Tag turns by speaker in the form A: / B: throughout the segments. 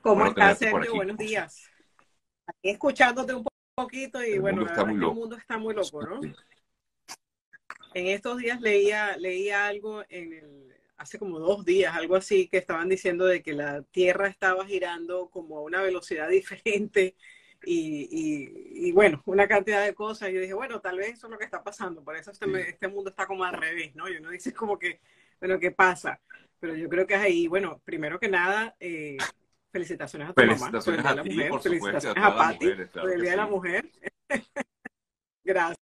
A: ¿Cómo
B: Bueno
A: estás,
B: tenerte por
A: Sergio?
B: aquí,
A: Buenos
B: José.
A: días. Aquí escuchándote un poquito y
B: El
A: bueno,
B: mundo
A: la
B: está
A: verdad
B: muy
A: es que el
B: loco.
A: mundo está muy loco, ¿no?
B: Sí.
A: En estos días leía algo hace como 2 días, algo así, que estaban diciendo de que la Tierra estaba girando como a una velocidad diferente y bueno, una cantidad de cosas. Yo dije, bueno, tal vez eso es lo que está pasando, por eso
B: Sí.
A: este mundo está como al revés, ¿no? Y uno dice como que, bueno, ¿qué pasa? Pero yo creo que es ahí, bueno, primero que nada, felicitaciones a tu mamá por el
B: Felicitaciones
A: Día de
B: a
A: la
B: ti,
A: Mujer,
B: por supuesto, y
A: felicitaciones
B: a
A: a
B: todas las
A: Patty
B: mujeres,
A: por
B: claro
A: el
B: que
A: Día de la
B: sí.
A: Mujer. Gracias.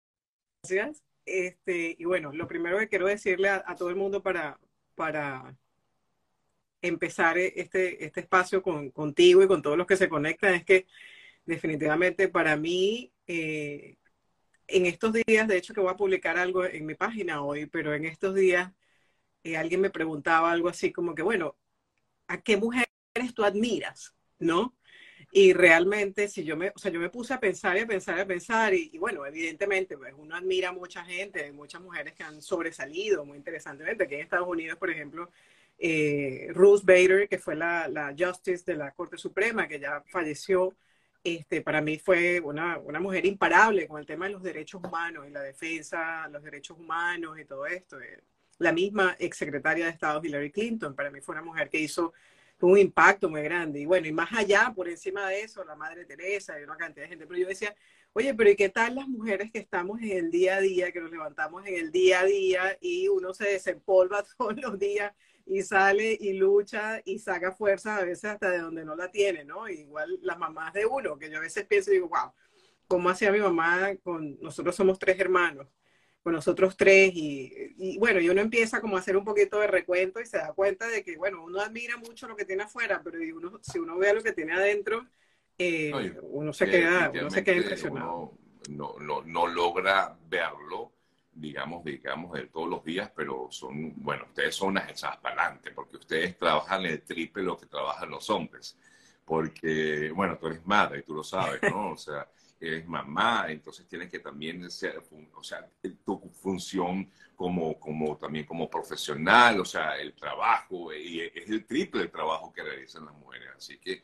A: Y bueno, lo primero que quiero decirle a todo el mundo para empezar este espacio contigo y con todos los que se conectan es que definitivamente para mí, en estos días, de hecho que voy a publicar algo en mi página hoy, pero en estos días alguien me preguntaba algo así como que, bueno, ¿a qué mujeres tú admiras? ¿No? Y realmente, si o sea, yo me puse a pensar y a pensar y a pensar, y bueno, evidentemente, pues uno admira a mucha gente, muchas mujeres que han sobresalido muy interesantemente. Aquí en Estados Unidos, por ejemplo, Ruth Bader, que fue la Justice de la Corte Suprema, que ya falleció, para mí fue una mujer imparable con el tema de los derechos humanos y la defensa de los derechos humanos y todo esto. La misma exsecretaria de Estado, Hillary Clinton, para mí fue una mujer que hizo un impacto muy grande. Y bueno, y más allá, por encima de eso, la Madre Teresa y una cantidad de gente. Pero yo decía, oye, pero ¿y qué tal las mujeres que estamos en el día a día, que nos levantamos en el día a día y uno se desempolva todos los días y sale y lucha y saca fuerza a veces hasta de donde no la tiene, ¿no? Igual las mamás de uno, que yo a veces pienso y digo, wow, ¿cómo hacía mi mamá con nosotros? Somos 3 hermanos, con nosotros tres, y bueno, y uno empieza como a hacer un poquito de recuento y se da cuenta de que, bueno, uno admira mucho lo que tiene afuera, pero si uno ve lo que tiene adentro,
B: No, y que
A: uno se queda
B: definitivamente
A: impresionado.
B: uno no logra verlo, digamos, de todos los días, pero son, bueno, ustedes son unas echadas para adelante, porque ustedes trabajan el triple lo que trabajan los hombres. Porque, bueno, tú eres madre y tú lo sabes, ¿no? O sea, eres mamá, entonces tienes que también ser, o sea, tu función también como profesional, o sea, el trabajo, y es el triple el trabajo que realizan las mujeres. Así que,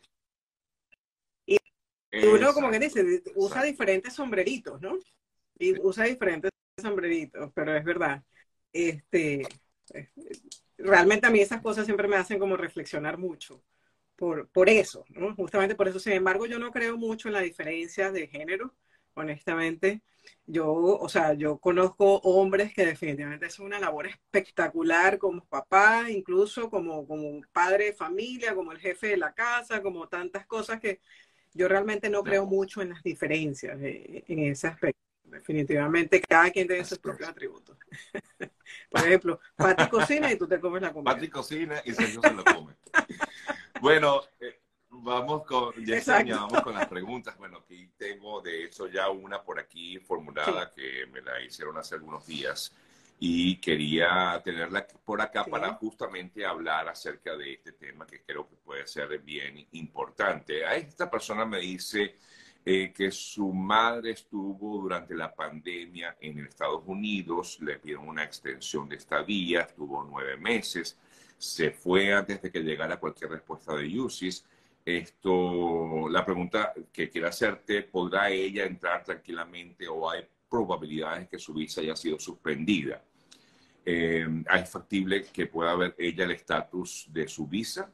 A: Y uno, como que
B: exacto,
A: dice, usa
B: exacto.
A: diferentes sombreritos, ¿no? Y usa diferentes sombreritos, pero es verdad. Este, eh, realmente a mí esas cosas siempre me hacen como reflexionar mucho por eso, ¿no? Justamente por eso. Sin embargo, yo no creo mucho en la diferencia de género, honestamente. O sea, yo conozco hombres que definitivamente hacen una labor espectacular como papá, incluso como padre de familia, como el jefe de la casa, como tantas cosas que yo realmente no creo
B: Claro,
A: mucho en las diferencias en ese aspecto. Definitivamente, cada quien tiene sus
B: así
A: propios
B: es.
A: atributos. Por ejemplo, Pati cocina y tú te comes la comida.
B: Patri cocina y Sergio se lo come. Bueno, Yesenia,
A: Exacto.
B: vamos con las preguntas. Bueno, aquí tengo de hecho ya una por aquí
A: Sí,
B: formulada que me la hicieron hace algunos días y quería tenerla por acá para
A: sí.
B: justamente hablar acerca de este tema que creo que puede ser bien importante. A esta persona me dice que su madre estuvo durante la pandemia en Estados Unidos, le pidieron una extensión de estadía, estuvo 9 meses, se fue antes de que llegara cualquier respuesta de UCIS. La pregunta que quiero hacerte, ¿podrá ella entrar tranquilamente o hay probabilidades que su visa haya sido suspendida? ¿Es factible que pueda ver ella el estatus de su visa?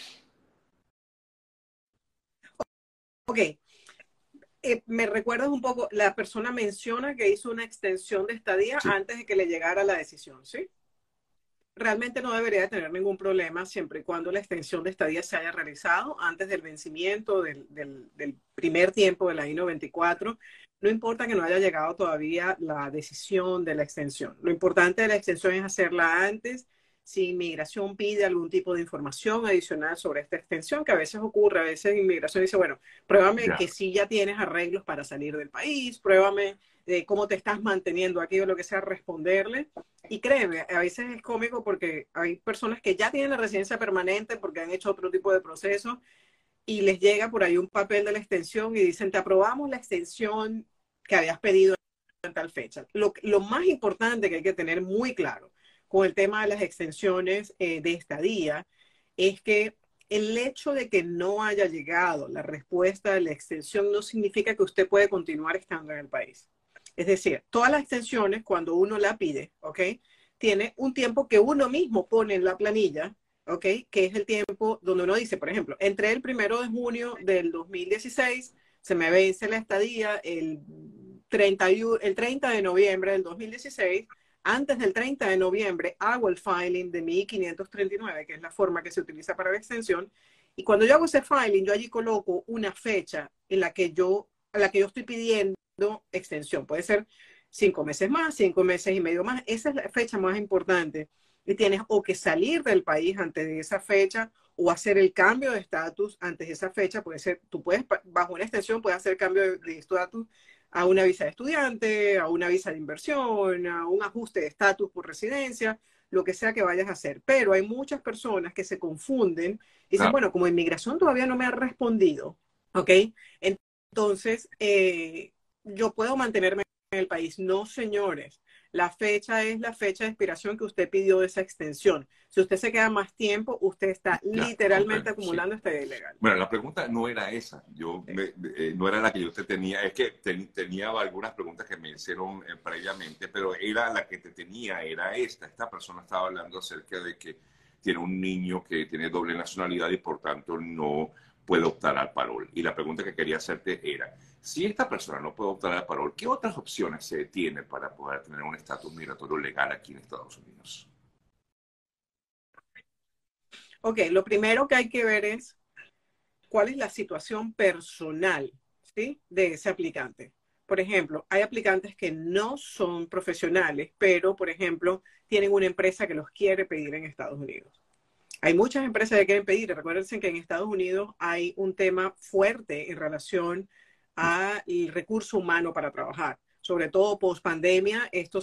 A: Ok, me recuerdas un poco, la persona menciona que hizo una extensión de estadía
B: Sí.
A: antes de que le llegara la decisión, ¿sí? Realmente no debería de tener ningún problema siempre y cuando la extensión de estadía se haya realizado antes del vencimiento del primer tiempo de la I-94. No importa que no haya llegado todavía la decisión de la extensión. Lo importante de la extensión es hacerla antes. Si inmigración pide algún tipo de información adicional sobre esta extensión, que a veces ocurre, a veces inmigración dice, bueno, pruébame
B: Ya.
A: que sí ya tienes arreglos para salir del país, pruébame cómo te estás manteniendo aquí o lo que sea, responderle. Y créeme, a veces es cómico porque hay personas que ya tienen la residencia permanente porque han hecho otro tipo de proceso y les llega por ahí un papel de la extensión y dicen, te aprobamos la extensión que habías pedido en tal fecha. Lo más importante que hay que tener muy claro con el tema de las extensiones de estadía es que el hecho de que no haya llegado la respuesta de la extensión no significa que usted puede continuar estando en el país. Es decir, todas las extensiones, cuando uno la pide, ¿ok? Tiene un tiempo que uno mismo pone en la planilla, ¿ok? Que es el tiempo donde uno dice, por ejemplo, entre el 1 de junio del 2016, se me vence la estadía el 30 de noviembre del 2016. Antes del 30 de noviembre hago el filing de mi I-539, que es la forma que se utiliza para la extensión, y cuando yo hago ese filing, yo allí coloco una fecha a la que yo estoy pidiendo extensión. Puede ser 5 meses más, 5 meses y medio más. Esa es la fecha más importante. Y tienes o que salir del país antes de esa fecha o hacer el cambio de estatus antes de esa fecha. Puede ser, tú puedes, bajo una extensión, puedes hacer cambio de estatus a una visa de estudiante, a una visa de inversión, a un ajuste de estatus por residencia, lo que sea que vayas a hacer. Pero hay muchas personas que se confunden y dicen,
B: Claro.
A: bueno, como inmigración todavía no me ha respondido, ¿ok? Entonces, yo puedo mantenerme en el país. No, señores. La fecha es la fecha de expiración que usted pidió de esa extensión. Si usted se queda más tiempo, usted está
B: Ya,
A: literalmente
B: comprendo, sí.
A: acumulando estadía ilegal.
B: Bueno, la pregunta no era esa,
A: Sí.
B: no era la que yo te tenía, es que tenía algunas preguntas que me hicieron previamente, pero era la que te tenía, era esta. Esta persona estaba hablando acerca de que tiene un niño que tiene doble nacionalidad y por tanto no puede optar al parol. Y la pregunta que quería hacerte era, si esta persona no puede optar al parol, ¿qué otras opciones se tiene para poder tener un estatus migratorio legal aquí en Estados Unidos?
A: Ok, lo primero que hay que ver es cuál es la situación personal, ¿sí? De ese aplicante. Por ejemplo, hay aplicantes que no son profesionales, pero, por ejemplo, tienen una empresa que los quiere pedir en Estados Unidos. Hay muchas empresas que quieren pedir. Recuerden que en Estados Unidos hay un tema fuerte en relación al recurso humano para trabajar. Sobre todo post pandemia, esto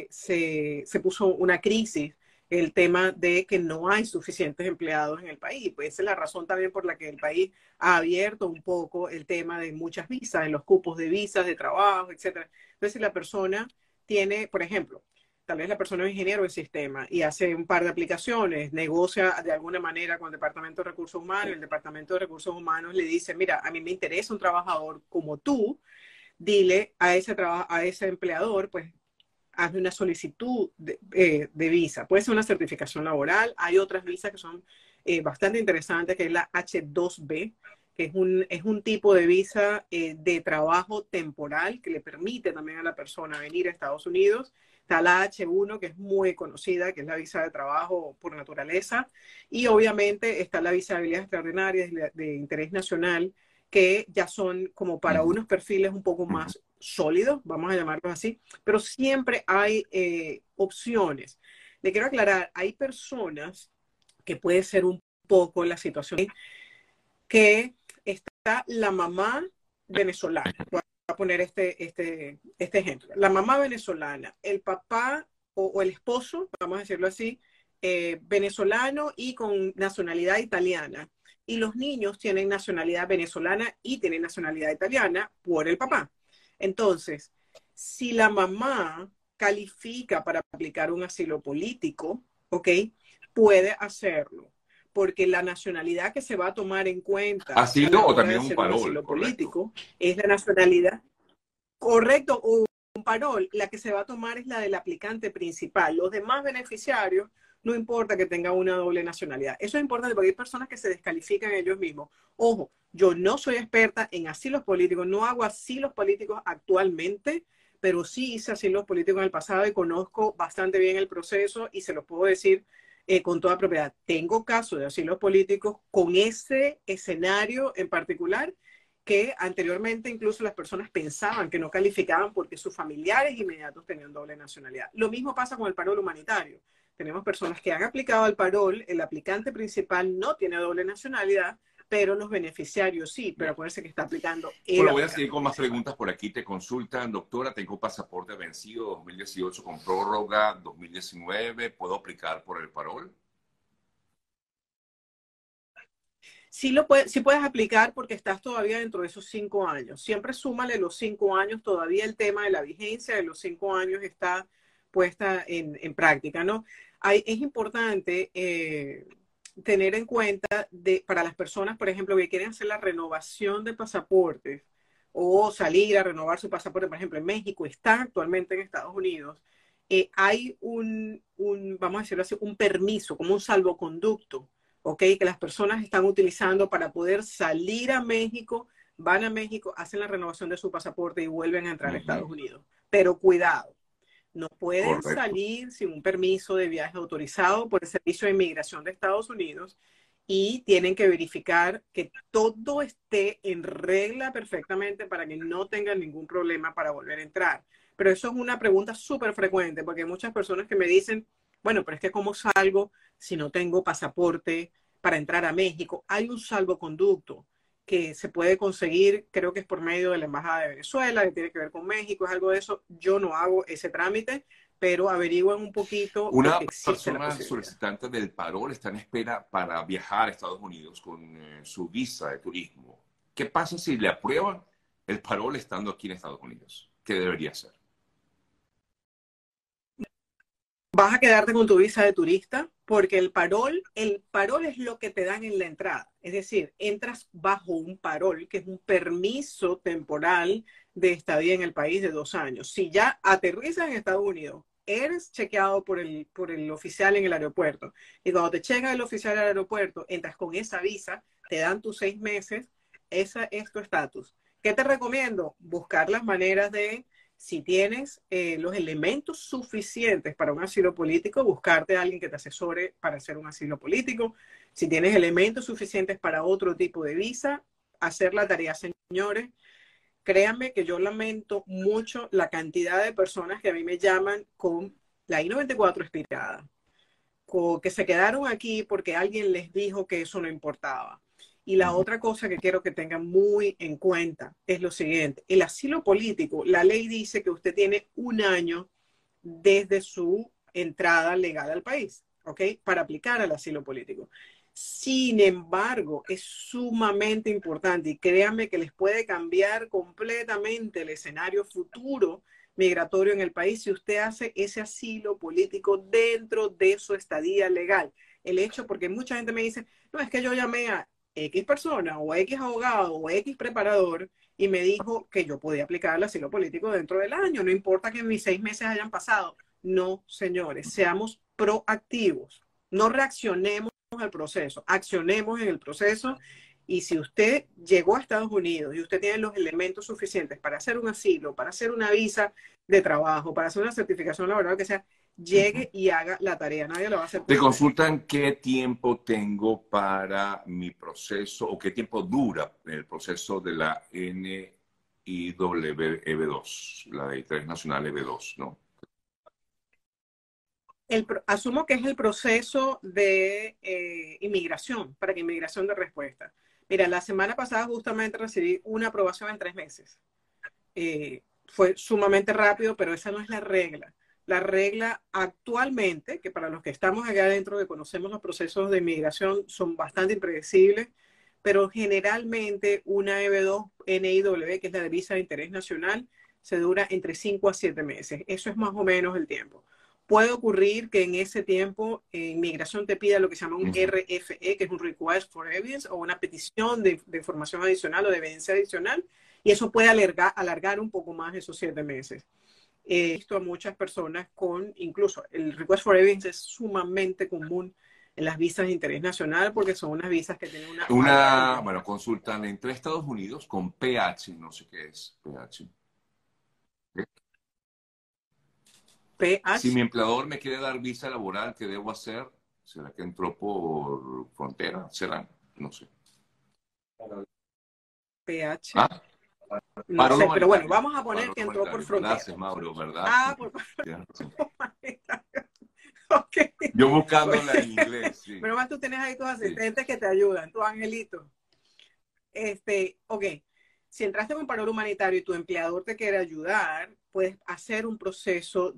A: se puso una crisis, el tema de que no hay suficientes empleados en el país. Pues esa es la razón también por la que el país ha abierto un poco el tema de muchas visas, en los cupos de visas, de trabajo, etcétera. Entonces, si la persona tiene, por ejemplo, tal vez la persona es ingeniero de sistema y hace un par de aplicaciones, negocia de alguna manera con el Departamento de Recursos Humanos, y el Departamento de Recursos Humanos le dice, mira, a mí me interesa un trabajador como tú, dile a ese empleador, pues, hazme una solicitud de visa. Puede ser una certificación laboral, hay otras visas que son bastante interesantes, que es la H2B, que es un tipo de visa de trabajo temporal que le permite también a la persona venir a Estados Unidos. Está la H1, que es muy conocida, que es la visa de trabajo por naturaleza. Y obviamente está la visa de habilidades extraordinarias de interés nacional, que ya son como
B: Uh
A: para
B: -huh,
A: unos perfiles un poco
B: uh -huh.
A: más sólidos, vamos a llamarlos así, pero siempre hay opciones. Le quiero aclarar, hay personas que puede ser un poco la situación que está la mamá venezolana. Voy a poner este ejemplo. La mamá venezolana, el papá o el esposo, vamos a decirlo así, venezolano y con nacionalidad italiana. Y los niños tienen nacionalidad venezolana y tienen nacionalidad italiana por el papá. Entonces, si la mamá califica para aplicar un asilo político, ¿ok? Puede hacerlo porque la nacionalidad que se va a tomar en cuenta a
B: ¿Asilo
A: la
B: o
A: hora de
B: también un
A: hacer un
B: parol,
A: asilo
B: correcto?
A: político es la nacionalidad, correcto, o un parol, la que se va a tomar es la del aplicante principal. Los demás beneficiarios, no importa que tengan una doble nacionalidad. Eso es importante porque hay personas que se descalifican ellos mismos. Ojo, yo no soy experta en asilos políticos, no hago asilos políticos actualmente, pero sí hice asilos políticos en el pasado y conozco bastante bien el proceso y se los puedo decir con toda propiedad. Tengo casos de asilos políticos con ese escenario en particular que anteriormente incluso las personas pensaban que no calificaban porque sus familiares inmediatos tenían doble nacionalidad. Lo mismo pasa con el parol humanitario. Tenemos personas que han aplicado al parol, el aplicante principal no tiene doble nacionalidad, pero los beneficiarios sí, pero
B: Bien.
A: acuérdense que está aplicando el
B: Bueno, voy a seguir
A: aplicante
B: con más
A: principal.
B: preguntas por aquí. Te consultan, doctora, tengo pasaporte vencido 2018 con prórroga 2019. ¿Puedo aplicar por el parol?
A: Sí puedes aplicar porque estás todavía dentro de esos 5 años. Siempre súmale los 5 años, todavía el tema de la vigencia de los 5 años está puesta en práctica, ¿no? Es importante tener en cuenta para las personas, por ejemplo, que quieren hacer la renovación de pasaportes o salir a renovar su pasaporte, por ejemplo, en México, están actualmente en Estados Unidos, hay vamos a decirlo así, un permiso, como un salvoconducto, ¿ok? Que las personas están utilizando para poder salir a México, van a México, hacen la renovación de su pasaporte y vuelven a entrar a Estados Unidos. Pero cuidado, no pueden
B: Correcto.
A: salir sin un permiso de viaje autorizado por el Servicio de Inmigración de Estados Unidos y tienen que verificar que todo esté en regla perfectamente para que no tengan ningún problema para volver a entrar. Pero eso es una pregunta súper frecuente porque hay muchas personas que me dicen, bueno, pero es que ¿cómo salgo si no tengo pasaporte para entrar a México? Hay un salvoconducto que se puede conseguir, creo que es por medio de la Embajada de Venezuela, que tiene que ver con México, es algo de eso. Yo no hago ese trámite, pero averigüen un poquito
B: Una
A: porque existe la
B: persona
A: posibilidad.
B: solicitante del parol está en espera para viajar a Estados Unidos con su visa de turismo. ¿Qué pasa si le aprueban el parol estando aquí en Estados Unidos? ¿Qué debería hacer?
A: Vas a quedarte con tu visa de turista porque el parol es lo que te dan en la entrada. Es decir, entras bajo un parol, que es un permiso temporal de estadía en el país de 2 años. Si ya aterrizas en Estados Unidos, eres chequeado por el oficial en el aeropuerto. Y cuando te checa el oficial al aeropuerto, entras con esa visa, te dan tus 6 meses, ese es tu estatus. ¿Qué te recomiendo? Buscar las maneras de si tienes los elementos suficientes para un asilo político, buscarte a alguien que te asesore para hacer un asilo político. Si tienes elementos suficientes para otro tipo de visa, hacer la tarea, señores. Créanme que yo lamento mucho la cantidad de personas que a mí me llaman con la I-94 expirada, que se quedaron aquí porque alguien les dijo que eso no importaba. Y la otra cosa que quiero que tengan muy en cuenta es lo siguiente. El asilo político, la ley dice que usted tiene 1 año desde su entrada legal al país, ¿ok? Para aplicar al asilo político. Sin embargo, es sumamente importante y créanme que les puede cambiar completamente el escenario futuro migratorio en el país si usted hace ese asilo político dentro de su estadía legal. El hecho, porque mucha gente me dice, no, es que yo llamé a X persona o a X abogado o a X preparador y me dijo que yo podía aplicar el asilo político dentro del año, no importa que mis 6 meses hayan pasado. No, señores, seamos proactivos, no reaccionemos al proceso, accionemos en el proceso y si usted llegó a Estados Unidos y usted tiene los elementos suficientes para hacer un asilo, para hacer una visa de trabajo, para hacer una certificación laboral, que sea, llegue y haga la tarea. Nadie lo va a hacer por
B: Te
A: usted.
B: consultan qué tiempo tengo para mi proceso o qué tiempo dura el proceso de la NIW-EB2, la de Interés Nacional EB2, ¿no?
A: Asumo que es el proceso de inmigración, para que inmigración de respuesta. Mira, la semana pasada justamente recibí una aprobación en 3 meses. Fue sumamente rápido, pero esa no es la regla. La regla actualmente, que para los que estamos acá adentro, que conocemos los procesos de inmigración, son bastante impredecibles, pero generalmente una EB2 NIW, que es la de visa de interés nacional, se dura entre 5 a 7 meses. Eso es más o menos el tiempo. Puede ocurrir que en ese tiempo inmigración te pida lo que se llama un RFE, que es un Request for Evidence, o una petición de información adicional o de evidencia adicional, y eso puede alargar un poco más esos 7 meses. He visto a muchas personas con, incluso el Request for Evidence es sumamente común en las visas de interés nacional porque son unas visas que tienen una alta
B: Bueno,
A: complejidad.
B: consultan entre Estados Unidos con PH, no sé qué es PH. Si mi
A: PH,
B: empleador me quiere dar visa laboral, ¿qué debo hacer? ¿Será que entró por frontera? ¿Será? No sé.
A: PH,
B: Ah,
A: no
B: paro
A: sé, pero bueno,
B: humanitario.
A: vamos a poner
B: Paro
A: que entró por
B: humanitario.
A: frontera.
B: Gracias, Mauro, ¿verdad?
A: Ah, por
B: Tienes razón.
A: humanitario. Ok.
B: Yo
A: Pues,
B: buscándola en inglés, sí.
A: pero más tú tienes ahí tus
B: Sí.
A: asistentes que te ayudan, tus angelitos. Ok, si entraste con paro humanitario y tu empleador te quiere ayudar, puedes hacer un proceso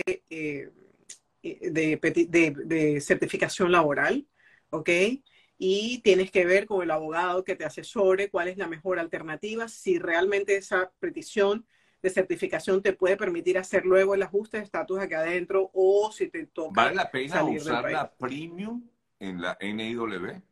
A: de certificación laboral, ¿ok? Y tienes que ver con el abogado que te asesore cuál es la mejor alternativa, si realmente esa petición de certificación te puede permitir hacer luego el ajuste de estatus acá adentro o si te
B: ¿Vale
A: toca
B: la pena
A: salir del
B: usar
A: país.
B: la Premium en la NIW?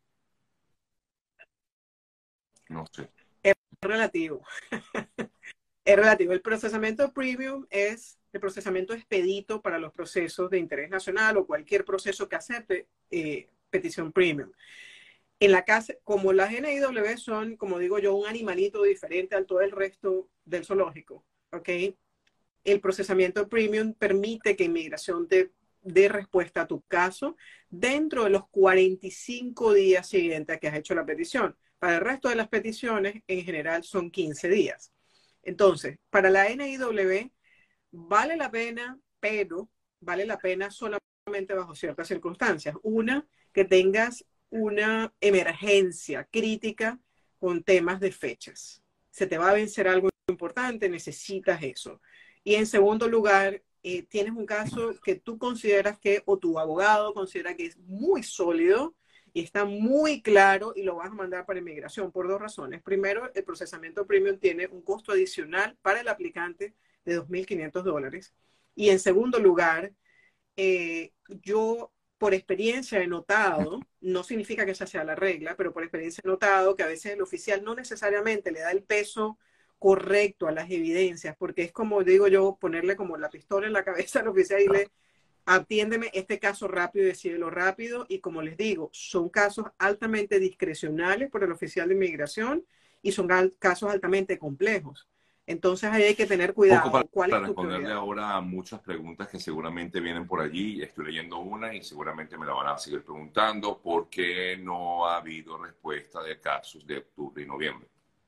B: No sé.
A: Es relativo. Es relativo. El procesamiento premium es el procesamiento expedito para los procesos de interés nacional o cualquier proceso que acepte petición premium. En la casa, como las NIW son, como digo yo, un animalito diferente al todo el resto del zoológico, ¿ok? El procesamiento premium permite que inmigración te dé respuesta a tu caso dentro de los 45 días siguientes a que has hecho la petición. Para el resto de las peticiones, en general, son 15 días. Entonces, para la NIW, vale la pena, pero vale la pena solamente bajo ciertas circunstancias. Una, que tengas una emergencia crítica con temas de fechas. Se te va a vencer algo importante, necesitas eso. Y en segundo lugar, tienes un caso que tú consideras que, o tu abogado considera que es muy sólido y está muy claro y lo vas a mandar para inmigración por dos razones. Primero, el procesamiento premium tiene un costo adicional para el aplicante de $2,500. Y en segundo lugar, yo por experiencia he notado, no significa que esa sea la regla, pero por experiencia he notado que a veces el oficial no necesariamente le da el peso correcto a las evidencias, porque es como digo yo, ponerle como la pistola en la cabeza al oficial y le atiéndeme este caso rápido y decídelo rápido. Y como les digo, son casos altamente discrecionales por el oficial de inmigración y son casos altamente complejos. Entonces ahí hay que tener
B: Poco
A: cuidado. ¿Cuál es
B: para
A: tu
B: responderle
A: prioridad?
B: ahora a muchas preguntas que seguramente vienen por allí. Estoy leyendo una y seguramente me la van a seguir preguntando. ¿Por qué no ha habido respuesta de casos de octubre y noviembre?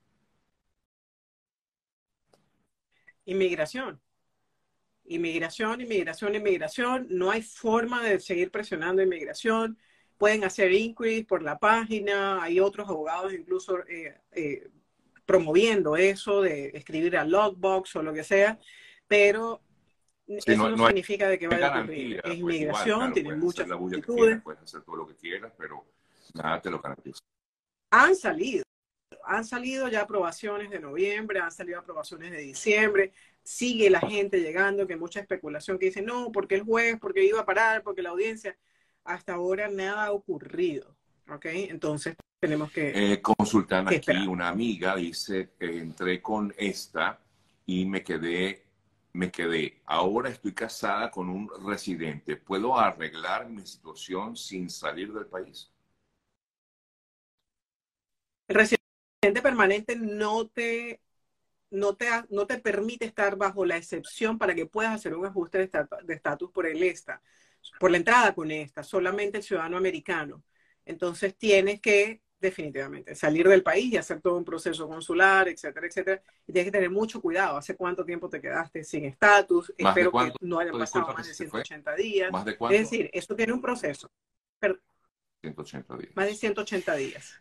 A: Inmigración. Inmigración, inmigración, inmigración. No hay forma de seguir presionando inmigración. Pueden hacer inquiries por la página. Hay otros abogados incluso promoviendo eso de escribir a logbox o lo que sea, pero
B: Sí,
A: eso no
B: no hay
A: significa de que vaya a ocurrir.
B: garantía,
A: Es
B: pues igual,
A: inmigración,
B: claro,
A: tienen
B: puedes hacer
A: muchas
B: la bulla que quieras,
A: solicitudes.
B: puedes hacer todo lo que quieras, pero nada te lo garantiza.
A: Han salido, han salido ya aprobaciones de noviembre, han salido aprobaciones de diciembre, sigue la gente llegando, que mucha especulación que dice, no, porque el juez, porque iba a parar, porque la audiencia, hasta ahora nada ha ocurrido, ¿ok? Entonces tenemos
B: Consultan
A: que
B: aquí,
A: esperar.
B: una amiga dice que entré con esta y me quedé. Ahora estoy casada con un residente. ¿Puedo arreglar mi situación sin salir del país?
A: El residente permanente no te permite estar bajo la excepción para que puedas hacer un ajuste de estatus por el ESTA, por la entrada con ESTA, solamente el ciudadano americano. Entonces tienes que definitivamente salir del país y hacer todo un proceso consular, etcétera, etcétera. Y tienes que tener mucho cuidado. ¿Hace cuánto tiempo te quedaste sin estatus?
B: ¿Más de
A: Espero que
B: cuánto?
A: no hayan pasado
B: Disculpa que
A: más de
B: se te fue.
A: 180 días.
B: ¿Más de
A: Es
B: cuánto?
A: decir, esto tiene un proceso, pero
B: 180
A: más de
B: días.
A: 180 días.